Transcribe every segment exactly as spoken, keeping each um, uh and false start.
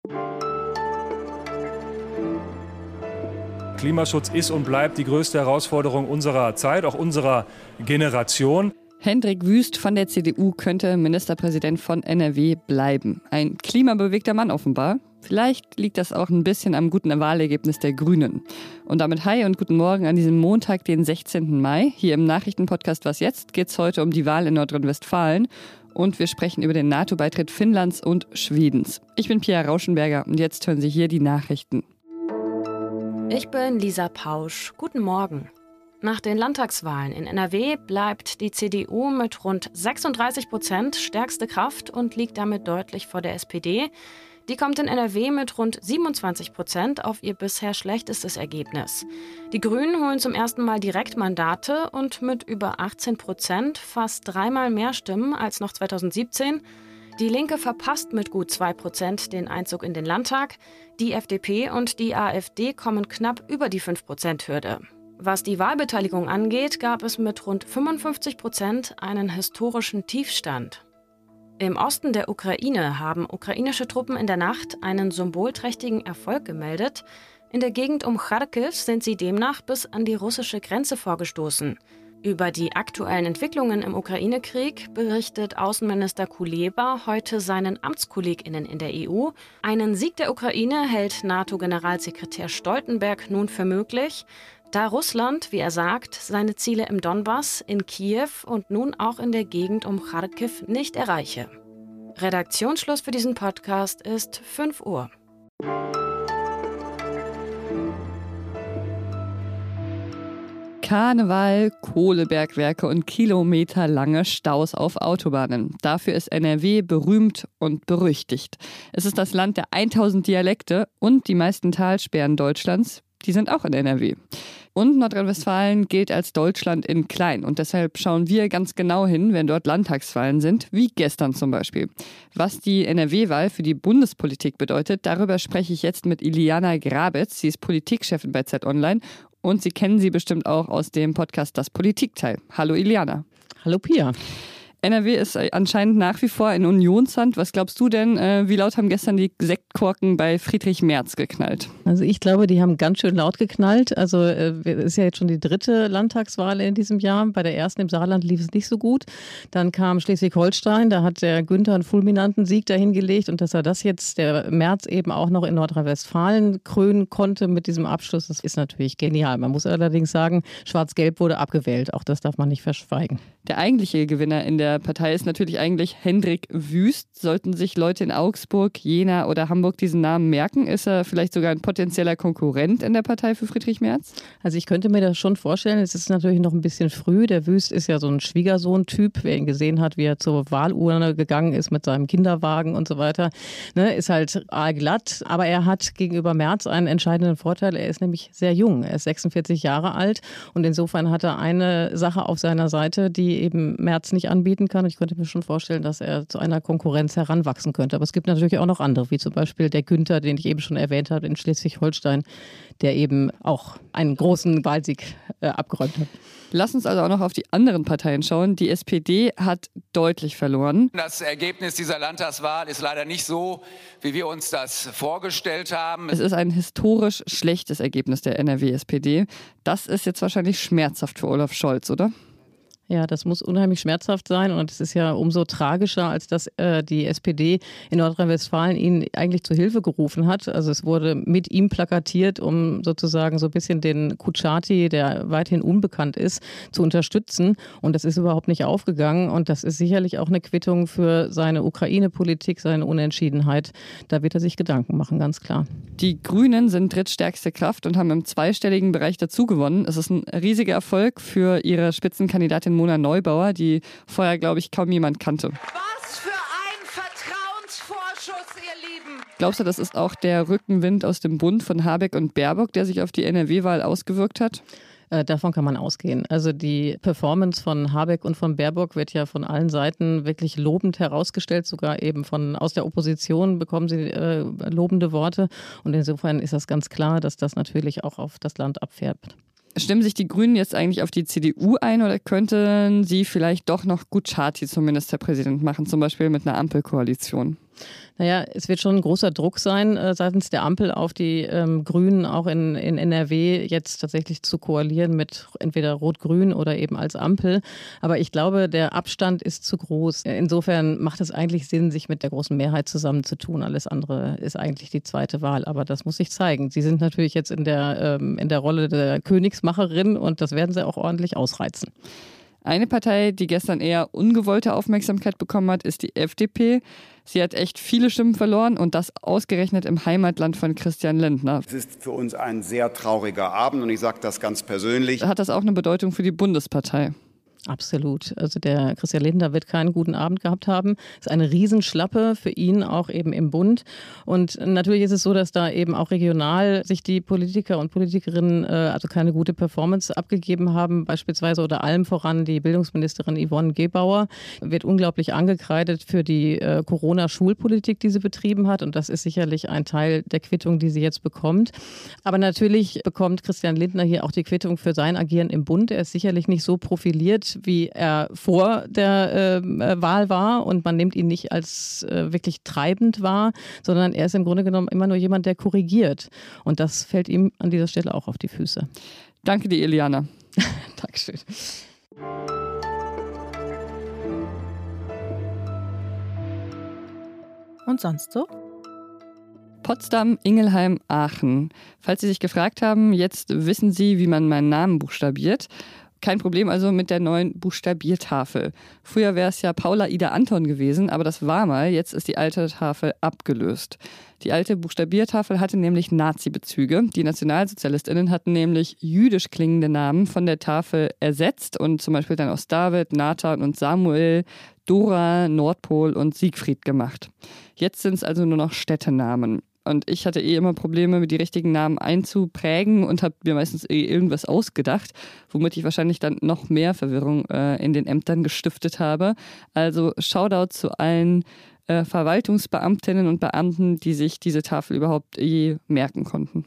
Klimaschutz ist und bleibt die größte Herausforderung unserer Zeit, auch unserer Generation. Hendrik Wüst von der C D U könnte Ministerpräsident von N R W bleiben. Ein klimabewegter Mann offenbar. Vielleicht liegt das auch ein bisschen am guten Wahlergebnis der Grünen. Und damit hi und guten Morgen an diesem Montag, den sechzehnten Mai. Hier im Nachrichtenpodcast Was jetzt geht es heute um die Wahl in Nordrhein-Westfalen. Und wir sprechen über den NATO-Beitritt Finnlands und Schwedens. Ich bin Pia Rauschenberger und jetzt hören Sie hier die Nachrichten. Ich bin Lisa Pausch. Guten Morgen. Nach den Landtagswahlen in N R W bleibt die C D U mit rund sechsunddreißig Prozent stärkste Kraft und liegt damit deutlich vor der S P D. Die kommt in N R W mit rund siebenundzwanzig Prozent auf ihr bisher schlechtestes Ergebnis. Die Grünen holen zum ersten Mal Direktmandate und mit über achtzehn Prozent fast dreimal mehr Stimmen als noch zweitausendsiebzehn. Die Linke verpasst mit gut zwei Prozent den Einzug in den Landtag. Die F D P und die AfD kommen knapp über die fünf Prozent Hürde. Was die Wahlbeteiligung angeht, gab es mit rund fünfundfünfzig Prozent einen historischen Tiefstand. Im Osten der Ukraine haben ukrainische Truppen in der Nacht einen symbolträchtigen Erfolg gemeldet. In der Gegend um Charkiw sind sie demnach bis an die russische Grenze vorgestoßen. Über die aktuellen Entwicklungen im Ukraine-Krieg berichtet Außenminister Kuleba heute seinen AmtskollegInnen in der E U. Einen Sieg der Ukraine hält NATO-Generalsekretär Stoltenberg nun für möglich, da Russland, wie er sagt, seine Ziele im Donbass, in Kiew und nun auch in der Gegend um Charkiw nicht erreiche. Redaktionsschluss für diesen Podcast ist fünf Uhr. Karneval, Kohlebergwerke und kilometerlange Staus auf Autobahnen. Dafür ist N R W berühmt und berüchtigt. Es ist das Land der tausend Dialekte und die meisten Talsperren Deutschlands, die sind auch in N R W. Und Nordrhein-Westfalen gilt als Deutschland in klein. Und deshalb schauen wir ganz genau hin, wenn dort Landtagswahlen sind, wie gestern zum Beispiel. Was die N R W-Wahl für die Bundespolitik bedeutet, darüber spreche ich jetzt mit Iliana Grabitz. Sie ist Politikchefin bei Z Online. Und Sie kennen sie bestimmt auch aus dem Podcast Das Politikteil. Hallo Iliana. Hallo Pia. N R W ist anscheinend nach wie vor ein Unionsland. Was glaubst du denn, wie laut haben gestern die Sektkorken bei Friedrich Merz geknallt? Also ich glaube, die haben ganz schön laut geknallt. Also es ist ja jetzt schon die dritte Landtagswahl in diesem Jahr. Bei der ersten im Saarland lief es nicht so gut. Dann kam Schleswig-Holstein, da hat der Günther einen fulminanten Sieg dahingelegt. Und dass er das jetzt, der Merz eben auch noch in Nordrhein-Westfalen krönen konnte mit diesem Abschluss, das ist natürlich genial. Man muss allerdings sagen, Schwarz-Gelb wurde abgewählt. Auch das darf man nicht verschweigen. Der eigentliche Gewinner in der Partei ist natürlich eigentlich Hendrik Wüst. Sollten sich Leute in Augsburg, Jena oder Hamburg diesen Namen merken? Ist er vielleicht sogar ein potenzieller Konkurrent in der Partei für Friedrich Merz? Also ich könnte mir das schon vorstellen. Es ist natürlich noch ein bisschen früh. Der Wüst ist ja so ein Schwiegersohn-Typ. Wer ihn gesehen hat, wie er zur Wahlurne gegangen ist mit seinem Kinderwagen und so weiter, ne, ist halt aalglatt. Aber er hat gegenüber Merz einen entscheidenden Vorteil. Er ist nämlich sehr jung. Er ist sechsundvierzig Jahre alt und insofern hat er eine Sache auf seiner Seite, die eben Merz nicht anbieten kann. Ich könnte mir schon vorstellen, dass er zu einer Konkurrenz heranwachsen könnte. Aber es gibt natürlich auch noch andere, wie zum Beispiel der Günther, den ich eben schon erwähnt habe in Schleswig-Holstein, der eben auch einen großen Wahlsieg äh, abgeräumt hat. Lass uns also auch noch auf die anderen Parteien schauen. Die S P D hat deutlich verloren. Das Ergebnis dieser Landtagswahl ist leider nicht so, wie wir uns das vorgestellt haben. Es ist ein historisch schlechtes Ergebnis der N R W-S P D. Das ist jetzt wahrscheinlich schmerzhaft für Olaf Scholz, oder? Ja, das muss unheimlich schmerzhaft sein und es ist ja umso tragischer, als dass äh, die S P D in Nordrhein-Westfalen ihn eigentlich zu Hilfe gerufen hat. Also es wurde mit ihm plakatiert, um sozusagen so ein bisschen den Kutschaty, der weithin unbekannt ist, zu unterstützen. Und das ist überhaupt nicht aufgegangen und das ist sicherlich auch eine Quittung für seine Ukraine-Politik, seine Unentschiedenheit. Da wird er sich Gedanken machen, ganz klar. Die Grünen sind drittstärkste Kraft und haben im zweistelligen Bereich dazugewonnen. Es ist ein riesiger Erfolg für ihre Spitzenkandidatin Mona Neubauer, die vorher, glaube ich, kaum jemand kannte. Was für ein Vertrauensvorschuss, ihr Lieben! Glaubst du, das ist auch der Rückenwind aus dem Bund von Habeck und Baerbock, der sich auf die N R W-Wahl ausgewirkt hat? Äh, davon kann man ausgehen. Also die Performance von Habeck und von Baerbock wird ja von allen Seiten wirklich lobend herausgestellt. Sogar eben von aus der Opposition bekommen sie äh, lobende Worte. Und insofern ist das ganz klar, dass das natürlich auch auf das Land abfärbt. Stimmen sich die Grünen jetzt eigentlich auf die C D U ein oder könnten sie vielleicht doch noch Kutschaty zum Ministerpräsident machen, zum Beispiel mit einer Ampelkoalition? Naja, es wird schon ein großer Druck sein, äh, seitens der Ampel auf die ähm, Grünen, auch in, in N R W, jetzt tatsächlich zu koalieren mit entweder Rot-Grün oder eben als Ampel. Aber ich glaube, der Abstand ist zu groß. Insofern macht es eigentlich Sinn, sich mit der großen Mehrheit zusammenzutun. Alles andere ist eigentlich die zweite Wahl. Aber das muss sich zeigen. Sie sind natürlich jetzt in der, ähm, in der Rolle der Königsmacherin und das werden sie auch ordentlich ausreizen. Eine Partei, die gestern eher ungewollte Aufmerksamkeit bekommen hat, ist die F D P. Sie hat echt viele Stimmen verloren und das ausgerechnet im Heimatland von Christian Lindner. Es ist für uns ein sehr trauriger Abend und ich sage das ganz persönlich. Hat das auch eine Bedeutung für die Bundespartei? Absolut. Also der Christian Lindner wird keinen guten Abend gehabt haben. Das ist eine Riesenschlappe für ihn, auch eben im Bund. Und natürlich ist es so, dass da eben auch regional sich die Politiker und Politikerinnen äh, also keine gute Performance abgegeben haben. Beispielsweise oder allem voran die Bildungsministerin Yvonne Gebauer wird unglaublich angekreidet für die äh, Corona-Schulpolitik, die sie betrieben hat. Und das ist sicherlich ein Teil der Quittung, die sie jetzt bekommt. Aber natürlich bekommt Christian Lindner hier auch die Quittung für sein Agieren im Bund. Er ist sicherlich nicht so profiliert, wie er vor der äh, Wahl war und man nimmt ihn nicht als äh, wirklich treibend wahr, sondern er ist im Grunde genommen immer nur jemand, der korrigiert. Und das fällt ihm an dieser Stelle auch auf die Füße. Danke dir, Iliana. Dankeschön. Und sonst so? Potsdam, Ingelheim, Aachen. Falls Sie sich gefragt haben, jetzt wissen Sie, wie man meinen Namen buchstabiert. Kein Problem also mit der neuen Buchstabiertafel. Früher wäre es ja Paula Ida Anton gewesen, aber das war mal. Jetzt ist die alte Tafel abgelöst. Die alte Buchstabiertafel hatte nämlich Nazi-Bezüge. Die NationalsozialistInnen hatten nämlich jüdisch klingende Namen von der Tafel ersetzt und zum Beispiel dann aus David, Nathan und Samuel, Dora, Nordpol und Siegfried gemacht. Jetzt sind es also nur noch Städtenamen. Und ich hatte eh immer Probleme, mir die richtigen Namen einzuprägen und habe mir meistens eh irgendwas ausgedacht, womit ich wahrscheinlich dann noch mehr Verwirrung äh, in den Ämtern gestiftet habe. Also Shoutout zu allen äh, Verwaltungsbeamtinnen und Beamten, die sich diese Tafel überhaupt je merken konnten.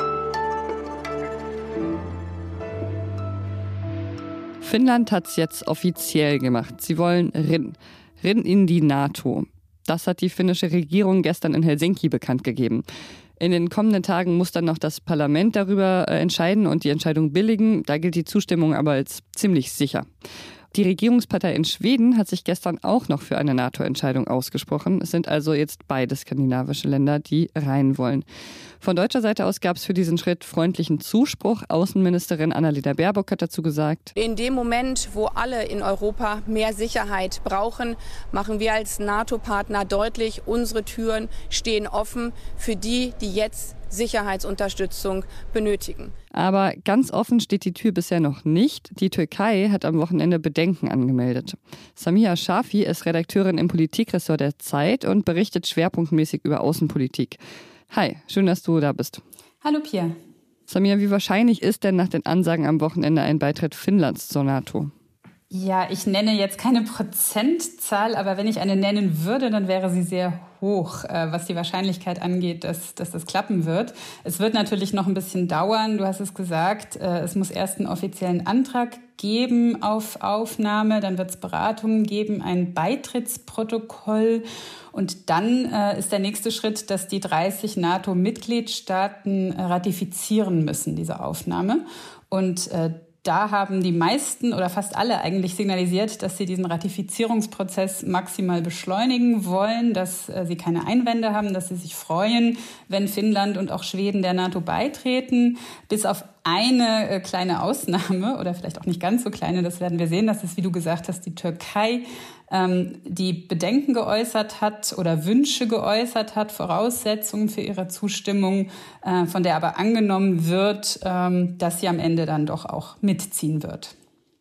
Finnland hat es jetzt offiziell gemacht. Sie wollen rin. Rin in die NATO. Das hat die finnische Regierung gestern in Helsinki bekannt gegeben. In den kommenden Tagen muss dann noch das Parlament darüber äh, entscheiden und die Entscheidung billigen. Da gilt die Zustimmung aber als ziemlich sicher. Die Regierungspartei in Schweden hat sich gestern auch noch für eine NATO-Entscheidung ausgesprochen. Es sind also jetzt beide skandinavische Länder, die rein wollen. Von deutscher Seite aus gab es für diesen Schritt freundlichen Zuspruch. Außenministerin Annalena Baerbock hat dazu gesagt: In dem Moment, wo alle in Europa mehr Sicherheit brauchen, machen wir als NATO-Partner deutlich, unsere Türen stehen offen für die, die jetzt Sicherheitsunterstützung benötigen. Aber ganz offen steht die Tür bisher noch nicht. Die Türkei hat am Wochenende Bedenken angemeldet. Samia Shafi ist Redakteurin im Politikressort der Zeit und berichtet schwerpunktmäßig über Außenpolitik. Hi, schön, dass du da bist. Hallo Pia. Samia, wie wahrscheinlich ist denn nach den Ansagen am Wochenende ein Beitritt Finnlands zur NATO? Ja, ich nenne jetzt keine Prozentzahl, aber wenn ich eine nennen würde, dann wäre sie sehr hoch, was die Wahrscheinlichkeit angeht, dass, dass das klappen wird. Es wird natürlich noch ein bisschen dauern. Du hast es gesagt, es muss erst einen offiziellen Antrag geben auf Aufnahme, dann wird es Beratungen geben, ein Beitrittsprotokoll und dann äh, ist der nächste Schritt, dass die dreißig NATO-Mitgliedstaaten ratifizieren müssen, diese Aufnahme. Und äh, Da haben die meisten oder fast alle eigentlich signalisiert, dass sie diesen Ratifizierungsprozess maximal beschleunigen wollen, dass äh, sie keine Einwände haben, dass sie sich freuen, wenn Finnland und auch Schweden der NATO beitreten. Bis auf eine äh, kleine Ausnahme oder vielleicht auch nicht ganz so kleine, das werden wir sehen, das ist, wie du gesagt hast, die Türkei, ähm, die Bedenken geäußert hat oder Wünsche geäußert hat, Voraussetzungen für ihre Zustimmung, äh, von der aber angenommen wird, ähm, dass sie am Ende dann doch auch mitziehen wird.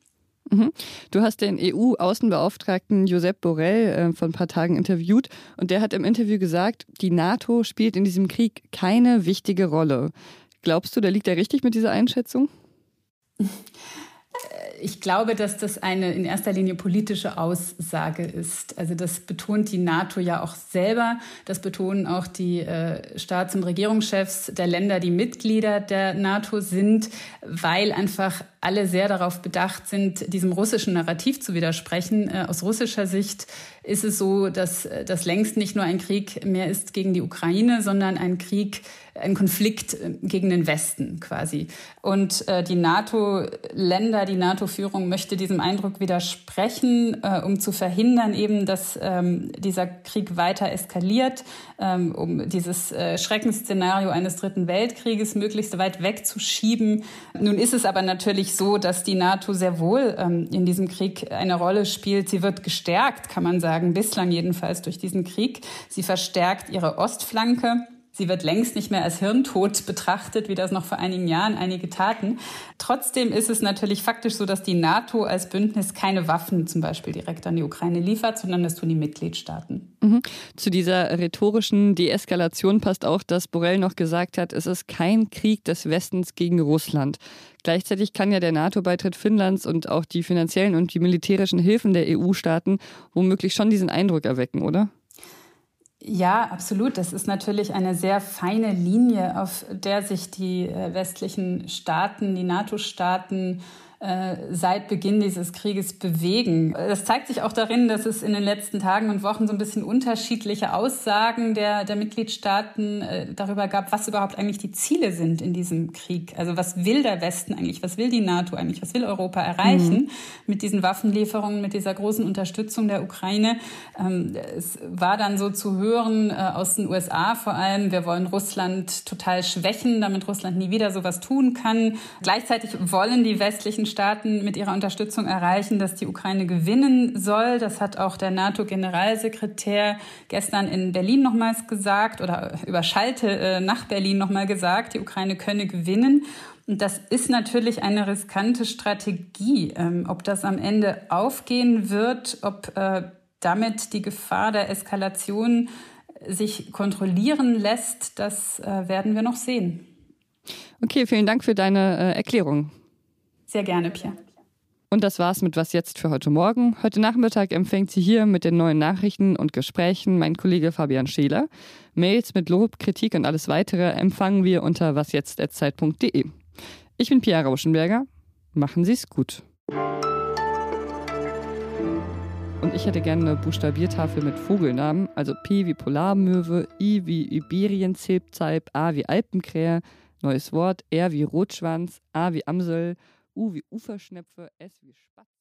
Mhm. Du hast den E U-Außenbeauftragten Josep Borrell äh, vor ein paar Tagen interviewt und der hat im Interview gesagt, die NATO spielt in diesem Krieg keine wichtige Rolle. Glaubst du, da liegt er richtig mit dieser Einschätzung? Ich glaube, dass das eine in erster Linie politische Aussage ist. Also das betont die NATO ja auch selber. Das betonen auch die äh, Staats- und Regierungschefs der Länder, die Mitglieder der NATO sind, weil einfach alle sehr darauf bedacht sind, diesem russischen Narrativ zu widersprechen. Äh, aus russischer Sicht ist es so, dass das längst nicht nur ein Krieg mehr ist gegen die Ukraine, sondern ein Krieg, ein Konflikt gegen den Westen quasi. Und äh, die NATO-Länder, die NATO-Führung möchte diesem Eindruck widersprechen, äh, um zu verhindern eben, dass ähm, dieser Krieg weiter eskaliert, ähm, um dieses äh, Schreckensszenario eines Dritten Weltkrieges möglichst weit wegzuschieben. Nun ist es aber natürlich so, dass die NATO sehr wohl ähm, in diesem Krieg eine Rolle spielt. Sie wird gestärkt, kann man sagen, bislang jedenfalls durch diesen Krieg. Sie verstärkt ihre Ostflanke. Sie wird längst nicht mehr als hirntot betrachtet, wie das noch vor einigen Jahren einige taten. Trotzdem ist es natürlich faktisch so, dass die NATO als Bündnis keine Waffen zum Beispiel direkt an die Ukraine liefert, sondern das tun die Mitgliedstaaten. Mhm. Zu dieser rhetorischen Deeskalation passt auch, dass Borrell noch gesagt hat, es ist kein Krieg des Westens gegen Russland. Gleichzeitig kann ja der NATO-Beitritt Finnlands und auch die finanziellen und die militärischen Hilfen der E U-Staaten womöglich schon diesen Eindruck erwecken, oder? Ja, absolut. Das ist natürlich eine sehr feine Linie, auf der sich die westlichen Staaten, die NATO-Staaten seit Beginn dieses Krieges bewegen. Das zeigt sich auch darin, dass es in den letzten Tagen und Wochen so ein bisschen unterschiedliche Aussagen der, der Mitgliedstaaten äh, darüber gab, was überhaupt eigentlich die Ziele sind in diesem Krieg. Also was will der Westen eigentlich, was will die NATO eigentlich, was will Europa erreichen mhm. mit diesen Waffenlieferungen, mit dieser großen Unterstützung der Ukraine. Ähm, es war dann so zu hören äh, aus den U S A vor allem, wir wollen Russland total schwächen, damit Russland nie wieder sowas tun kann. Gleichzeitig wollen die westlichen Staaten mit ihrer Unterstützung erreichen, dass die Ukraine gewinnen soll. Das hat auch der NATO-Generalsekretär gestern in Berlin nochmals gesagt oder über Schalte äh, nach Berlin nochmal gesagt, die Ukraine könne gewinnen. Und das ist natürlich eine riskante Strategie. Ähm, ob das am Ende aufgehen wird, ob äh, damit die Gefahr der Eskalation sich kontrollieren lässt, das äh, werden wir noch sehen. Okay, vielen Dank für deine äh, Erklärung. Sehr gerne, Pia. Und das war's mit Was jetzt für heute Morgen. Heute Nachmittag empfängt Sie hier mit den neuen Nachrichten und Gesprächen mein Kollege Fabian Scheler. Mails mit Lob, Kritik und alles weitere empfangen wir unter wasjetzt at zeit punkt de. Ich bin Pia Rauschenberger. Machen Sie's gut. Und ich hätte gerne eine Buchstabiertafel mit Vogelnamen, also P wie Polarmöwe, I wie Iberienzilpzalp, A wie Alpenkrähe, neues Wort, R wie Rotschwanz, A wie Amsel, U wie Uferschnepfe, S wie Spatz.